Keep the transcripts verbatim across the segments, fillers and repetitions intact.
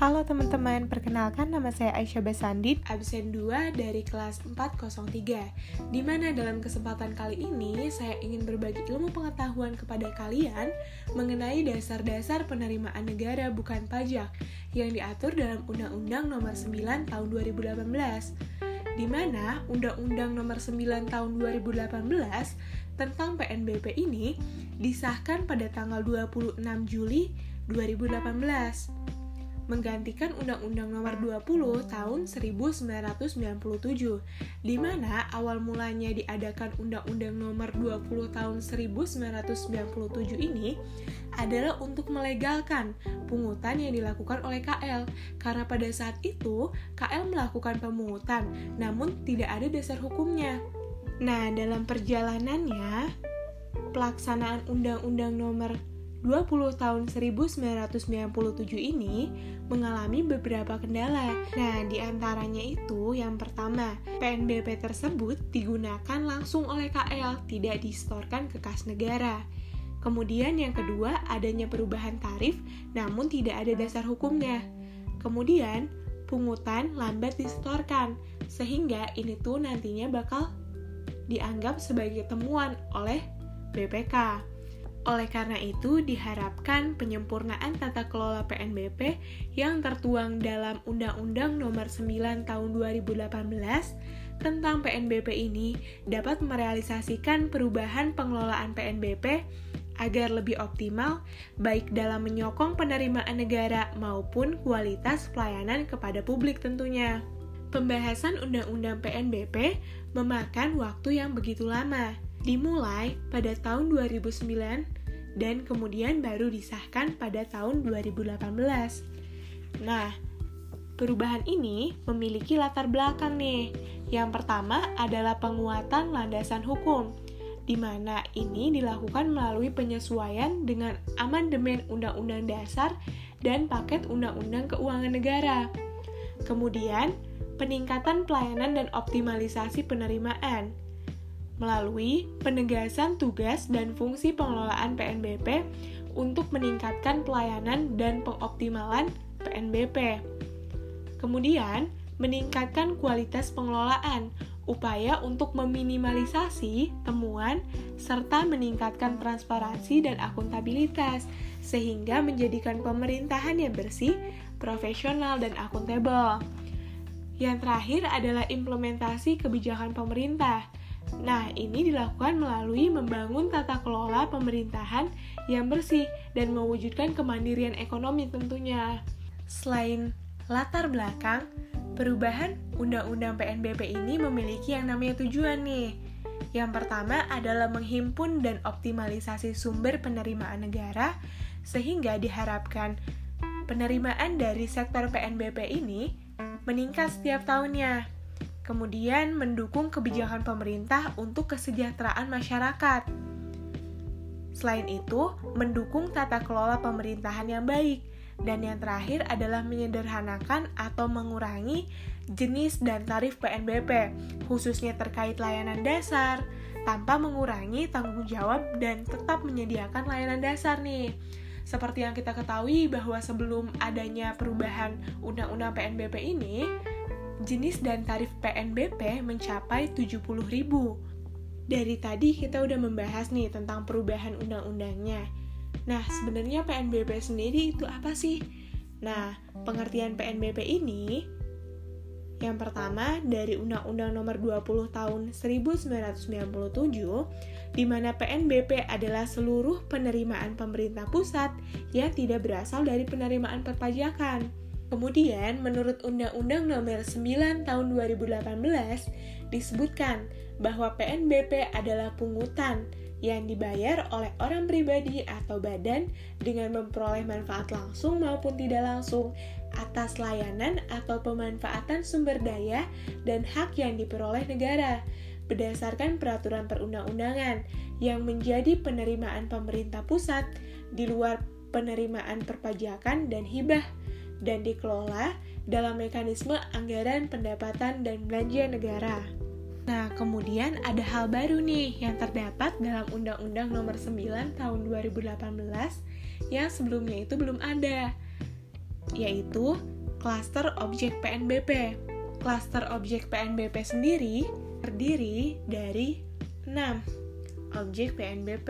Halo teman-teman, perkenalkan nama saya Aisyah Basandit, absen dua dari kelas empat nol tiga. Di mana dalam kesempatan kali ini saya ingin berbagi ilmu pengetahuan kepada kalian mengenai dasar-dasar penerimaan negara bukan pajak yang diatur dalam Undang-Undang Nomor sembilan Tahun dua ribu delapan belas. Di mana Undang-Undang Nomor sembilan Tahun dua ribu delapan belas tentang P N B P ini disahkan pada tanggal dua puluh enam Juli dua ribu delapan belas. Menggantikan Undang-Undang Nomor dua puluh Tahun seribu sembilan ratus sembilan puluh tujuh, di mana awal mulanya diadakan Undang-Undang Nomor dua puluh Tahun seribu sembilan ratus sembilan puluh tujuh ini adalah untuk melegalkan pungutan yang dilakukan oleh K L, karena pada saat itu K L melakukan pemungutan, namun tidak ada dasar hukumnya. Nah, dalam perjalanannya, pelaksanaan Undang-Undang Nomor dua puluh Tahun seribu sembilan ratus sembilan puluh tujuh ini mengalami beberapa kendala. Nah, di antaranya itu yang pertama, P N B P tersebut digunakan langsung oleh K L, tidak disetorkan ke kas negara. Kemudian yang kedua, adanya perubahan tarif namun tidak ada dasar hukumnya. Kemudian, pungutan lambat disetorkan, sehingga ini tuh nantinya bakal dianggap sebagai temuan oleh B P K. Oleh karena itu, diharapkan penyempurnaan tata kelola P N B P yang tertuang dalam Undang-Undang Nomor sembilan Tahun dua ribu delapan belas tentang P N B P ini dapat merealisasikan perubahan pengelolaan P N B P agar lebih optimal, baik dalam menyokong penerimaan negara maupun kualitas pelayanan kepada publik tentunya. Pembahasan Undang-Undang P N B P memakan waktu yang begitu lama, dimulai pada tahun dua ribu sembilan dan kemudian baru disahkan pada tahun dua ribu delapan belas. Nah, perubahan ini memiliki latar belakang nih. Yang pertama adalah penguatan landasan hukum, di mana ini dilakukan melalui penyesuaian dengan amandemen Undang-Undang Dasar dan paket Undang-Undang Keuangan Negara. Kemudian, peningkatan pelayanan dan optimalisasi penerimaan melalui penegasan tugas dan fungsi pengelolaan P N B P untuk meningkatkan pelayanan dan pengoptimalan P N B P. Kemudian, meningkatkan kualitas pengelolaan, upaya untuk meminimalisasi temuan, serta meningkatkan transparansi dan akuntabilitas, sehingga menjadikan pemerintahan yang bersih, profesional, dan akuntabel. Yang terakhir adalah implementasi kebijakan pemerintah. Nah, ini dilakukan melalui membangun tata kelola pemerintahan yang bersih dan mewujudkan kemandirian ekonomi tentunya. Selain latar belakang, perubahan Undang-Undang P N B P ini memiliki yang namanya tujuan nih. Yang pertama adalah menghimpun dan optimalisasi sumber penerimaan negara, sehingga diharapkan penerimaan dari sektor P N B P ini meningkat setiap tahunnya. Kemudian mendukung kebijakan pemerintah untuk kesejahteraan masyarakat. Selain itu, mendukung tata kelola pemerintahan yang baik. Dan yang terakhir adalah menyederhanakan atau mengurangi jenis dan tarif P N B P, khususnya terkait layanan dasar, tanpa mengurangi tanggung jawab dan tetap menyediakan layanan dasar nih. Seperti yang kita ketahui bahwa sebelum adanya perubahan Undang-Undang P N B P ini, jenis dan tarif P N B P mencapai tujuh puluh ribu. Dari tadi kita udah membahas nih tentang perubahan undang-undangnya. Nah, sebenarnya P N B P sendiri itu apa sih? Nah, pengertian P N B P ini yang pertama dari Undang-Undang Nomor dua puluh Tahun seribu sembilan ratus sembilan puluh tujuh, di mana P N B P adalah seluruh penerimaan pemerintah pusat yang tidak berasal dari penerimaan perpajakan. Kemudian, menurut Undang-Undang Nomor sembilan Tahun dua ribu delapan belas, disebutkan bahwa P N B P adalah pungutan yang dibayar oleh orang pribadi atau badan dengan memperoleh manfaat langsung maupun tidak langsung atas layanan atau pemanfaatan sumber daya dan hak yang diperoleh negara berdasarkan peraturan perundang-undangan yang menjadi penerimaan pemerintah pusat di luar penerimaan perpajakan dan hibah, dan dikelola dalam mekanisme anggaran pendapatan dan belanja negara. Nah, kemudian ada hal baru nih yang terdapat dalam Undang-Undang Nomor sembilan Tahun dua ribu delapan belas yang sebelumnya itu belum ada, yaitu Klaster objek P N B P. Klaster objek P N B P sendiri terdiri dari enam objek P N B P.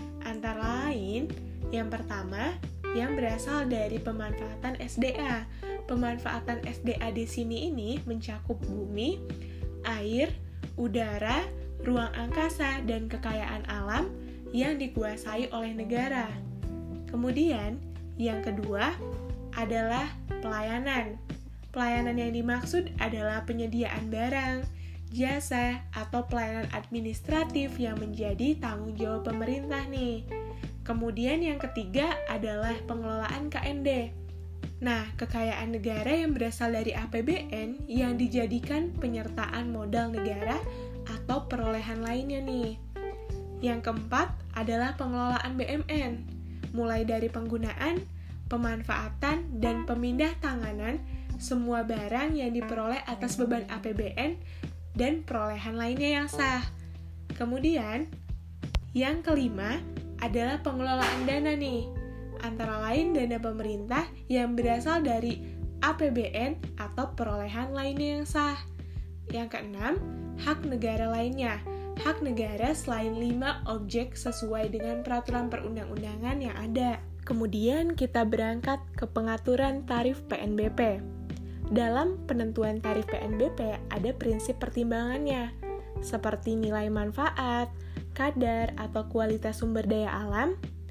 Antara lain, yang pertama yang berasal dari pemanfaatan S D A. Pemanfaatan S D A di sini ini mencakup bumi, air, udara, ruang angkasa, dan kekayaan alam yang dikuasai oleh negara. Kemudian, yang kedua adalah pelayanan. Pelayanan yang dimaksud adalah penyediaan barang, jasa, atau pelayanan administratif yang menjadi tanggung jawab pemerintah nih. Kemudian yang ketiga adalah pengelolaan K N D. Nah, kekayaan negara yang berasal dari A P B N yang dijadikan penyertaan modal negara atau perolehan lainnya nih. Yang keempat adalah pengelolaan B M N, mulai dari penggunaan, pemanfaatan, dan pemindah tanganan semua barang yang diperoleh atas beban A P B N dan perolehan lainnya yang sah. Kemudian, yang kelima adalah pengelolaan dana nih, antara lain dana pemerintah yang berasal dari A P B N atau perolehan lainnya yang sah. Yang keenam, hak negara lainnya. Hak negara selain lima objek sesuai dengan peraturan perundang-undangan yang ada. Kemudian kita berangkat ke pengaturan tarif P N B P. Dalam penentuan tarif P N B P ada prinsip pertimbangannya, seperti nilai manfaat, kadar atau kualitas sumber daya alam,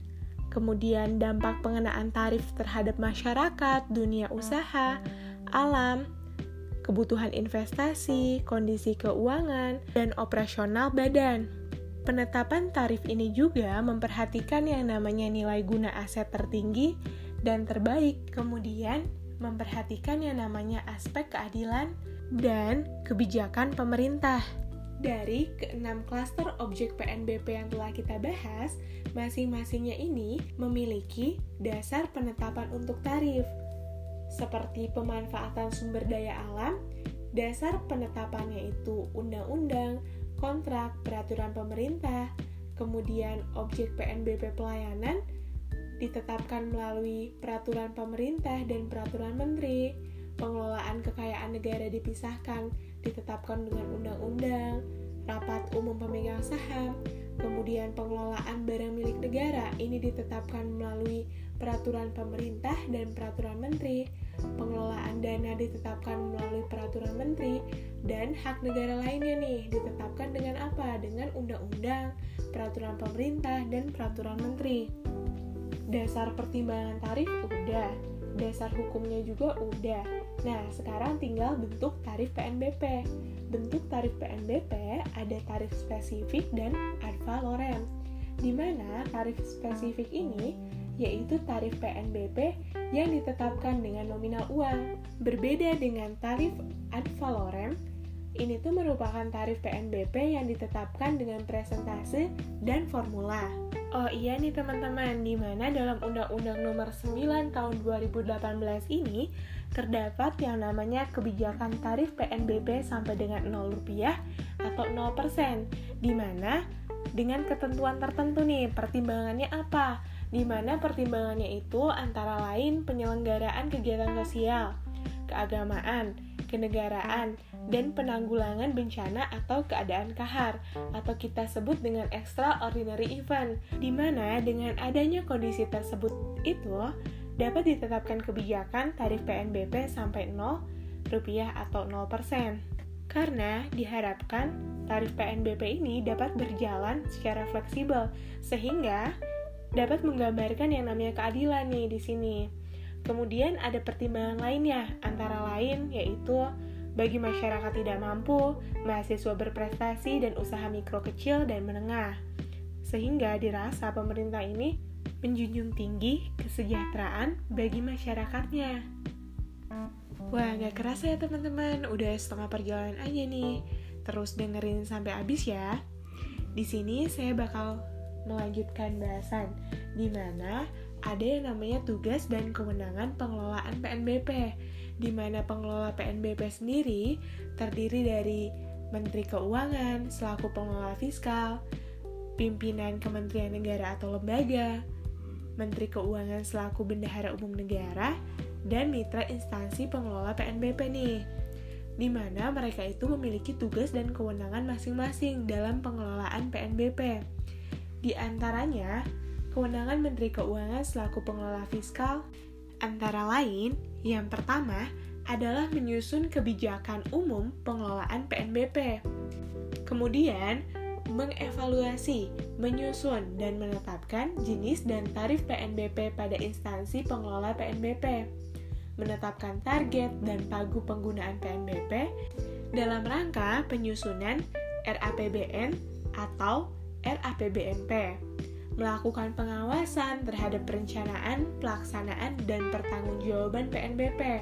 kemudian dampak pengenaan tarif terhadap masyarakat, dunia usaha, alam, kebutuhan investasi, kondisi keuangan, dan operasional badan. Penetapan tarif ini juga memperhatikan yang namanya nilai guna aset tertinggi dan terbaik, kemudian memperhatikan yang namanya aspek keadilan dan kebijakan pemerintah. Dari keenam klaster objek P N B P yang telah kita bahas, masing-masingnya ini memiliki dasar penetapan untuk tarif. Seperti pemanfaatan sumber daya alam, dasar penetapannya itu undang-undang, kontrak, peraturan pemerintah. Kemudian objek P N B P pelayanan ditetapkan melalui peraturan pemerintah dan peraturan menteri. Pengelolaan kekayaan negara dipisahkan, ditetapkan dengan undang-undang, rapat umum pemegang saham. Kemudian pengelolaan barang milik negara ini ditetapkan melalui peraturan pemerintah dan peraturan menteri. Pengelolaan dana ditetapkan melalui peraturan menteri, dan hak negara lainnya nih ditetapkan dengan apa? Dengan undang-undang, peraturan pemerintah, dan peraturan menteri. Dasar pertimbangan tarif udah, dasar hukumnya juga udah. Nah, sekarang tinggal bentuk tarif P N B P. Bentuk tarif P N B P ada tarif spesifik dan ad valorem, di mana tarif spesifik ini yaitu tarif P N B P yang ditetapkan dengan nominal uang. Berbeda dengan tarif ad valorem, ini tuh merupakan tarif P N B P yang ditetapkan dengan presentase dan formula. Oh iya nih teman-teman, di mana dalam Undang-Undang Nomor sembilan Tahun dua ribu delapan belas ini terdapat yang namanya kebijakan tarif P N B P sampai dengan nol rupiah atau nol persen, di mana dengan ketentuan tertentu nih, pertimbangannya apa? Di mana pertimbangannya itu antara lain penyelenggaraan kegiatan sosial, keagamaan, kenegaraan, dan penanggulangan bencana atau keadaan kahar, atau kita sebut dengan extraordinary event, di mana dengan adanya kondisi tersebut itu dapat ditetapkan kebijakan tarif P N B P sampai nol rupiah atau nol persen. Karena diharapkan tarif P N B P ini dapat berjalan secara fleksibel, sehingga dapat menggambarkan yang namanya keadilan nih di sini. Kemudian ada pertimbangan lainnya, antara lain yaitu bagi masyarakat tidak mampu, mahasiswa berprestasi, dan usaha mikro kecil dan menengah. Sehingga dirasa pemerintah ini menjunjung tinggi kesejahteraan bagi masyarakatnya. Wah, gak kerasa ya teman-teman, udah setengah perjalanan aja nih. Terus dengerin sampai habis ya. Di sini saya bakal melanjutkan bahasan, di mana ada yang namanya tugas dan kewenangan pengelolaan P N B P, di mana pengelola P N B P sendiri terdiri dari Menteri Keuangan selaku pengelola fiskal, pimpinan Kementerian Negara atau lembaga, Menteri Keuangan selaku bendahara umum negara, dan mitra instansi pengelola P N B P nih, di mana mereka itu memiliki tugas dan kewenangan masing-masing dalam pengelolaan P N B P. Di antaranya, kewenangan Menteri Keuangan selaku pengelola fiskal, antara lain, yang pertama adalah menyusun kebijakan umum pengelolaan P N B P. Kemudian, mengevaluasi, menyusun, dan menetapkan jenis dan tarif P N B P pada instansi pengelola P N B P. Menetapkan target dan pagu penggunaan P N B P dalam rangka penyusunan R A P B N atau R A P B N P. Melakukan pengawasan terhadap perencanaan, pelaksanaan, dan pertanggungjawaban P N B P.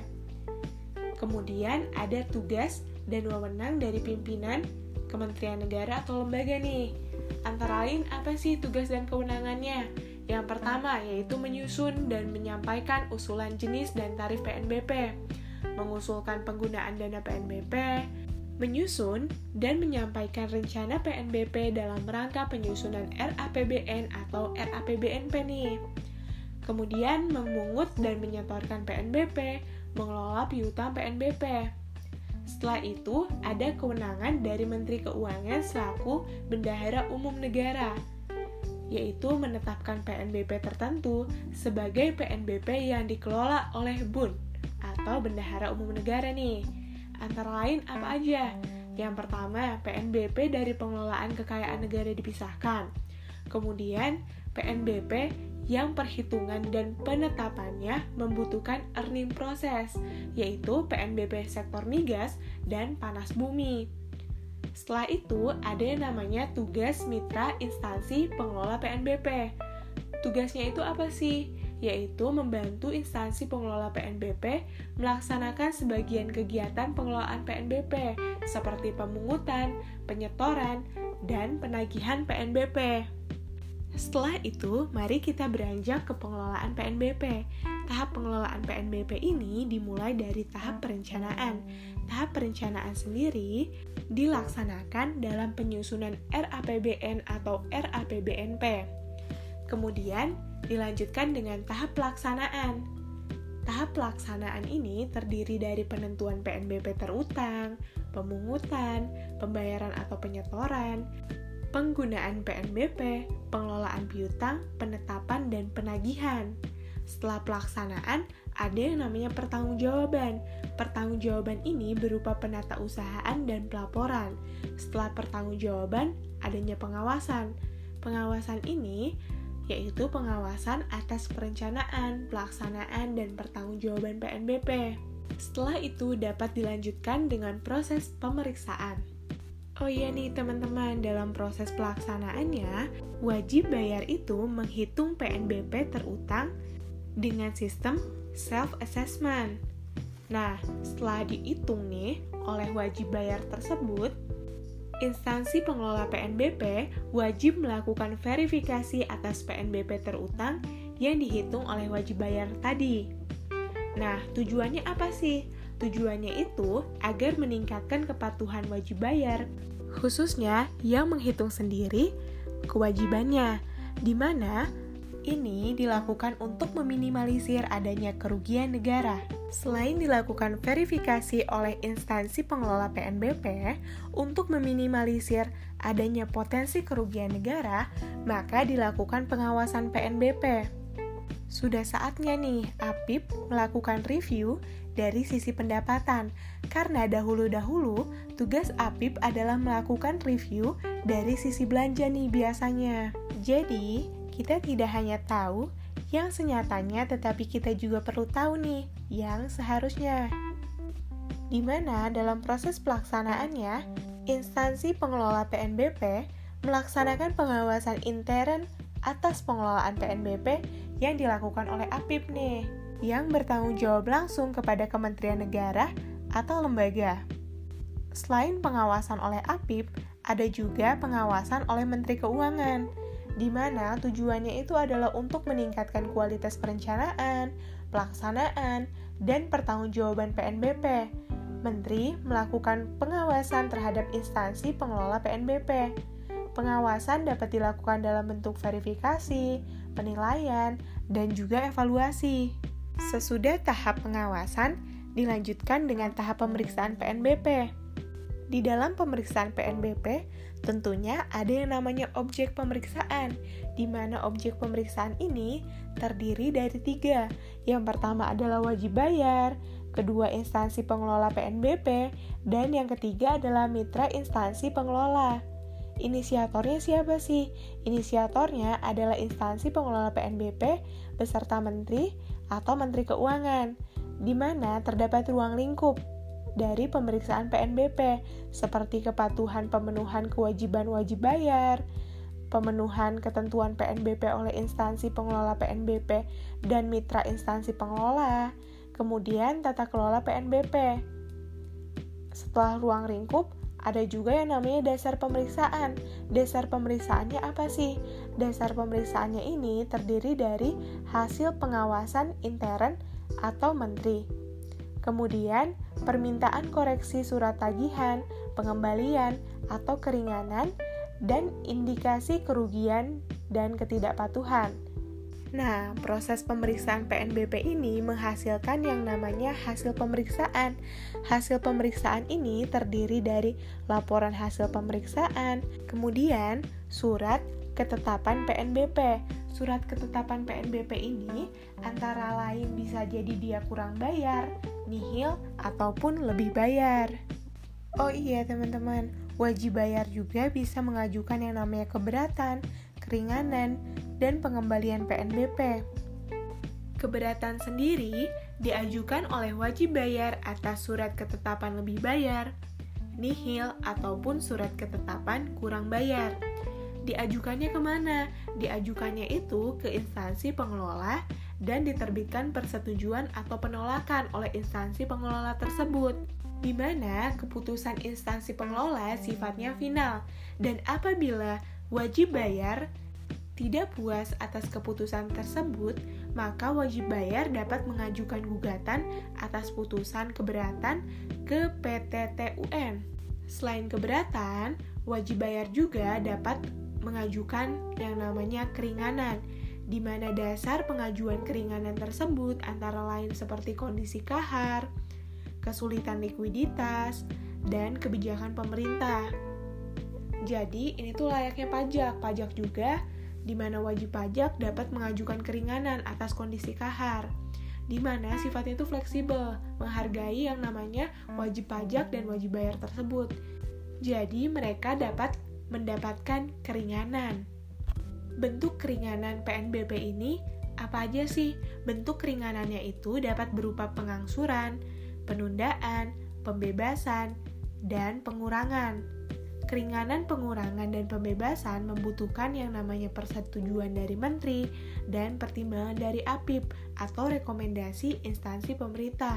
Kemudian ada tugas dan wewenang dari pimpinan Kementerian Negara atau lembaga nih. Antara lain apa sih tugas dan kewenangannya? Yang pertama yaitu menyusun dan menyampaikan usulan jenis dan tarif P N B P, mengusulkan penggunaan dana P N B P, menyusun dan menyampaikan rencana P N B P dalam rangka penyusunan R A P B N atau R A P B N P nih. Kemudian memungut dan menyetorkan P N B P, mengelola piutang P N B P. Setelah itu, ada kewenangan dari Menteri Keuangan selaku Bendahara Umum Negara, yaitu menetapkan P N B P tertentu sebagai P N B P yang dikelola oleh B U N atau Bendahara Umum Negara nih. Antara lain apa aja? Yang pertama, P N B P dari pengelolaan kekayaan negara dipisahkan. Kemudian, P N B P yang perhitungan dan penetapannya membutuhkan earning proses, yaitu P N B P sektor migas dan panas bumi. Setelah itu, ada yang namanya tugas mitra instansi pengelola P N B P. Tugasnya itu apa sih? Yaitu membantu instansi pengelola P N B P melaksanakan sebagian kegiatan pengelolaan P N B P, seperti pemungutan, penyetoran, dan penagihan P N B P. Setelah itu, mari kita beranjak ke pengelolaan P N B P. Tahap pengelolaan P N B P ini dimulai dari tahap perencanaan. Tahap perencanaan sendiri dilaksanakan dalam penyusunan R A P B N atau R A P B N P. Kemudian, dilanjutkan dengan tahap pelaksanaan. Tahap pelaksanaan ini terdiri dari penentuan P N B P terutang, pemungutan, pembayaran atau penyetoran, penggunaan P N B P, pengelolaan piutang, penetapan, dan penagihan. Setelah pelaksanaan, ada yang namanya pertanggungjawaban. Pertanggungjawaban ini berupa penatausahaan dan pelaporan. Setelah pertanggungjawaban, adanya pengawasan. Pengawasan ini yaitu pengawasan atas perencanaan, pelaksanaan, dan pertanggungjawaban P N B P. Setelah itu dapat dilanjutkan dengan proses pemeriksaan. Oh iya nih teman-teman, dalam proses pelaksanaannya, wajib bayar itu menghitung P N B P terutang dengan sistem self-assessment. Nah, setelah dihitung nih oleh wajib bayar tersebut, instansi pengelola P N B P wajib melakukan verifikasi atas P N B P terutang yang dihitung oleh wajib bayar tadi. Nah, tujuannya apa sih? Tujuannya itu agar meningkatkan kepatuhan wajib bayar, khususnya yang menghitung sendiri kewajibannya, di mana ini dilakukan untuk meminimalisir adanya kerugian negara. Selain dilakukan verifikasi oleh instansi pengelola P N B P untuk meminimalisir adanya potensi kerugian negara, maka dilakukan pengawasan P N B P. Sudah saatnya nih A P I P melakukan review dari sisi pendapatan, karena dahulu-dahulu tugas A P I P adalah melakukan review dari sisi belanja nih biasanya. Jadi, kita tidak hanya tahu yang senyatanya, tetapi kita juga perlu tahu nih yang seharusnya. Di mana dalam proses pelaksanaannya, instansi pengelola P N B P melaksanakan pengawasan intern atas pengelolaan P N B P yang dilakukan oleh A P I P nih, yang bertanggung jawab langsung kepada Kementerian Negara atau lembaga. Selain pengawasan oleh A P I P, ada juga pengawasan oleh Menteri Keuangan, di mana tujuannya itu adalah untuk meningkatkan kualitas perencanaan, pelaksanaan, dan pertanggungjawaban P N B P. Menteri melakukan pengawasan terhadap instansi pengelola P N B P. Pengawasan dapat dilakukan dalam bentuk verifikasi, penilaian, dan juga evaluasi. Sesudah tahap pengawasan, dilanjutkan dengan tahap pemeriksaan P N B P. Di dalam pemeriksaan P N B P, tentunya ada yang namanya objek pemeriksaan, di mana objek pemeriksaan ini terdiri dari tiga. Yang pertama adalah wajib bayar, kedua instansi pengelola P N B P, dan yang ketiga adalah mitra instansi pengelola. Inisiatornya siapa sih? Inisiatornya adalah instansi pengelola P N B P beserta menteri atau menteri keuangan, di mana terdapat ruang lingkup dari pemeriksaan P N B P, seperti kepatuhan pemenuhan kewajiban wajib bayar, pemenuhan ketentuan P N B P oleh instansi pengelola P N B P dan mitra instansi pengelola, kemudian tata kelola P N B P. Setelah ruang lingkup, ada juga yang namanya dasar pemeriksaan. Dasar pemeriksaannya apa sih? Dasar pemeriksaannya ini terdiri dari hasil pengawasan intern atau menteri. Kemudian, permintaan koreksi surat tagihan, pengembalian, atau keringanan, dan indikasi kerugian dan ketidakpatuhan. Nah, proses pemeriksaan P N B P ini menghasilkan yang namanya hasil pemeriksaan. Hasil pemeriksaan ini terdiri dari laporan hasil pemeriksaan, kemudian surat ketetapan P N B P. Surat ketetapan P N B P ini antara lain bisa jadi dia kurang bayar, nihil, ataupun lebih bayar. Oh iya teman-teman, wajib bayar juga bisa mengajukan yang namanya keberatan, keringanan, dan pengembalian P N B P. Keberatan sendiri diajukan oleh wajib bayar atas surat ketetapan lebih bayar, nihil, ataupun surat ketetapan kurang bayar. Diajukannya kemana? Diajukannya itu ke instansi pengelola dan diterbitkan persetujuan atau penolakan oleh instansi pengelola tersebut, di mana keputusan instansi pengelola sifatnya final, dan apabila wajib bayar tidak puas atas keputusan tersebut, maka wajib bayar dapat mengajukan gugatan atas putusan keberatan ke P T T U N. Selain keberatan, wajib bayar juga dapat mengajukan yang namanya keringanan, di mana dasar pengajuan keringanan tersebut antara lain seperti kondisi kahar, kesulitan likuiditas, dan kebijakan pemerintah. Jadi, ini tuh layaknya pajak. Pajak juga di mana wajib pajak dapat mengajukan keringanan atas kondisi kahar, di mana sifatnya itu fleksibel, menghargai yang namanya wajib pajak dan wajib bayar tersebut. Jadi mereka dapat mendapatkan keringanan. Bentuk keringanan P N B P ini apa aja sih? Bentuk keringanannya itu dapat berupa pengangsuran, penundaan, pembebasan, dan pengurangan. Keringanan, pengurangan, dan pembebasan membutuhkan yang namanya persetujuan dari menteri dan pertimbangan dari A P I P atau rekomendasi instansi pemerintah.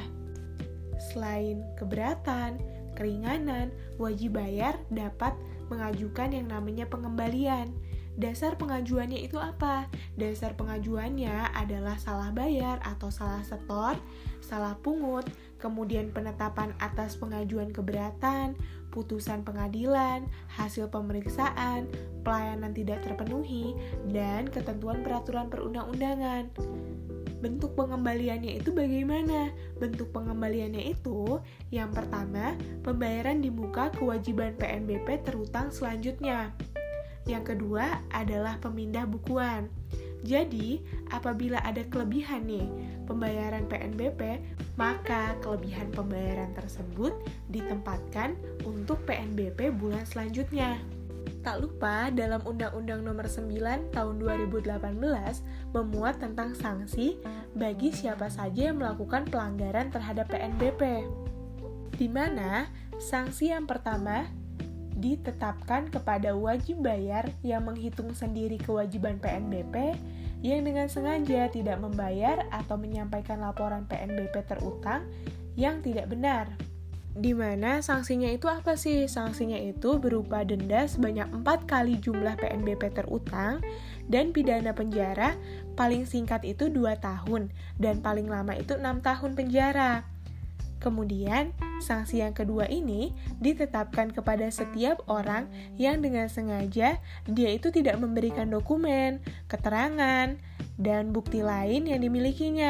Selain keberatan, keringanan, wajib bayar dapat mengajukan yang namanya pengembalian. Dasar pengajuannya itu apa? Dasar pengajuannya adalah salah bayar atau salah setor, salah pungut, kemudian penetapan atas pengajuan keberatan, putusan pengadilan, hasil pemeriksaan, pelayanan tidak terpenuhi, dan ketentuan peraturan perundang-undangan. Bentuk pengembaliannya itu bagaimana? Bentuk pengembaliannya itu, yang pertama, pembayaran di muka kewajiban P N B P terutang selanjutnya. Yang kedua adalah pemindah bukuan. Jadi, apabila ada kelebihan nih pembayaran P N B P, maka kelebihan pembayaran tersebut ditempatkan untuk P N B P bulan selanjutnya. Tak lupa, dalam Undang-Undang Nomor sembilan Tahun dua ribu delapan belas memuat tentang sanksi bagi siapa saja yang melakukan pelanggaran terhadap P N B P, di mana sanksi yang pertama ditetapkan kepada wajib bayar yang menghitung sendiri kewajiban P N B P yang dengan sengaja tidak membayar atau menyampaikan laporan P N B P terutang yang tidak benar. Di mana sanksinya itu apa sih? Sanksinya itu berupa denda sebanyak empat kali jumlah P N B P terutang dan pidana penjara paling singkat itu dua tahun dan paling lama itu enam tahun penjara. Kemudian, sanksi yang kedua ini ditetapkan kepada setiap orang yang dengan sengaja dia itu tidak memberikan dokumen, keterangan, dan bukti lain yang dimilikinya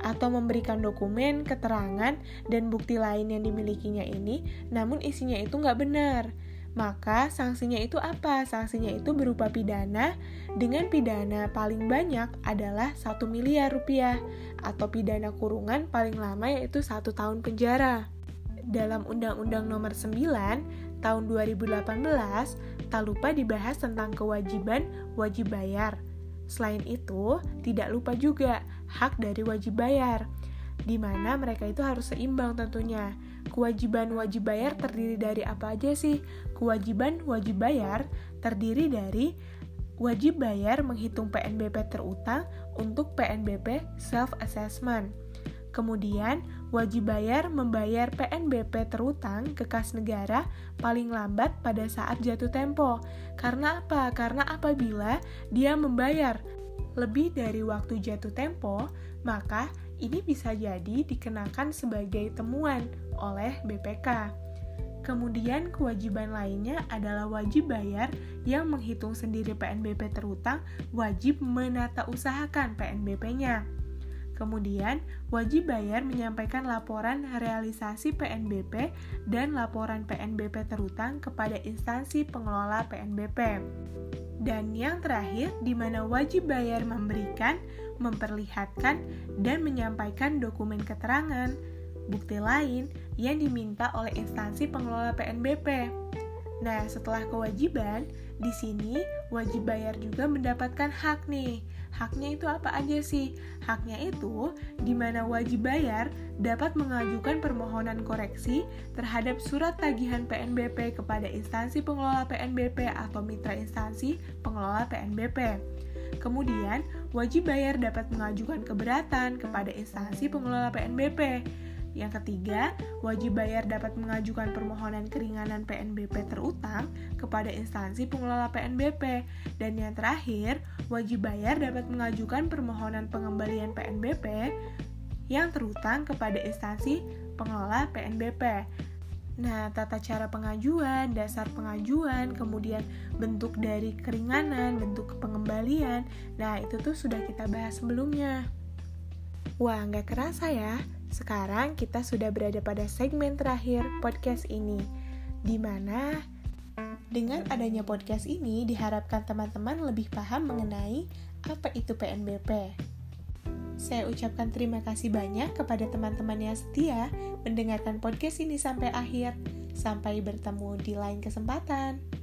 atau memberikan dokumen, keterangan, dan bukti lain yang dimilikinya ini, namun isinya itu nggak benar. Maka sanksinya itu apa? Sanksinya itu berupa pidana dengan pidana paling banyak adalah satu miliar rupiah atau pidana kurungan paling lama yaitu satu tahun penjara. Dalam Undang-Undang Nomor sembilan Tahun dua ribu delapan belas tak lupa dibahas tentang kewajiban wajib bayar. Selain itu, tidak lupa juga hak dari wajib bayar, di mana mereka itu harus seimbang tentunya. Kewajiban wajib bayar terdiri dari apa aja sih? Kewajiban wajib bayar terdiri dari wajib bayar menghitung P N B P terutang untuk P N B P self-assessment. Kemudian, wajib bayar membayar P N B P terutang ke kas negara paling lambat pada saat jatuh tempo. Karena apa? Karena apabila dia membayar lebih dari waktu jatuh tempo, maka ini bisa jadi dikenakan sebagai temuan oleh B P K. Kemudian kewajiban lainnya adalah wajib bayar yang menghitung sendiri P N B P terutang wajib menata usahakan P N B P-nya. Kemudian, wajib bayar menyampaikan laporan realisasi P N B P dan laporan P N B P terutang kepada instansi pengelola P N B P. Dan yang terakhir, di mana wajib bayar memberikan, memperlihatkan, dan menyampaikan dokumen keterangan, bukti lain yang diminta oleh instansi pengelola P N B P. Nah, setelah kewajiban, di sini wajib bayar juga mendapatkan hak nih. Haknya itu apa aja sih? Haknya itu di mana wajib bayar dapat mengajukan permohonan koreksi terhadap surat tagihan P N B P kepada instansi pengelola P N B P atau mitra instansi pengelola P N B P. Kemudian, wajib bayar dapat mengajukan keberatan kepada instansi pengelola P N B P. Yang ketiga, wajib bayar dapat mengajukan permohonan keringanan P N B P terutang kepada instansi pengelola P N B P. Dan yang terakhir, wajib bayar dapat mengajukan permohonan pengembalian P N B P yang terutang kepada instansi pengelola P N B P. Nah, tata cara pengajuan, dasar pengajuan, kemudian bentuk dari keringanan, bentuk pengembalian, nah itu tuh sudah kita bahas sebelumnya. Wah, nggak kerasa ya, sekarang kita sudah berada pada segmen terakhir podcast ini, di mana dengan adanya podcast ini diharapkan teman-teman lebih paham mengenai apa itu P N B P. Saya ucapkan terima kasih banyak kepada teman-teman yang setia mendengarkan podcast ini sampai akhir. Sampai bertemu di lain kesempatan.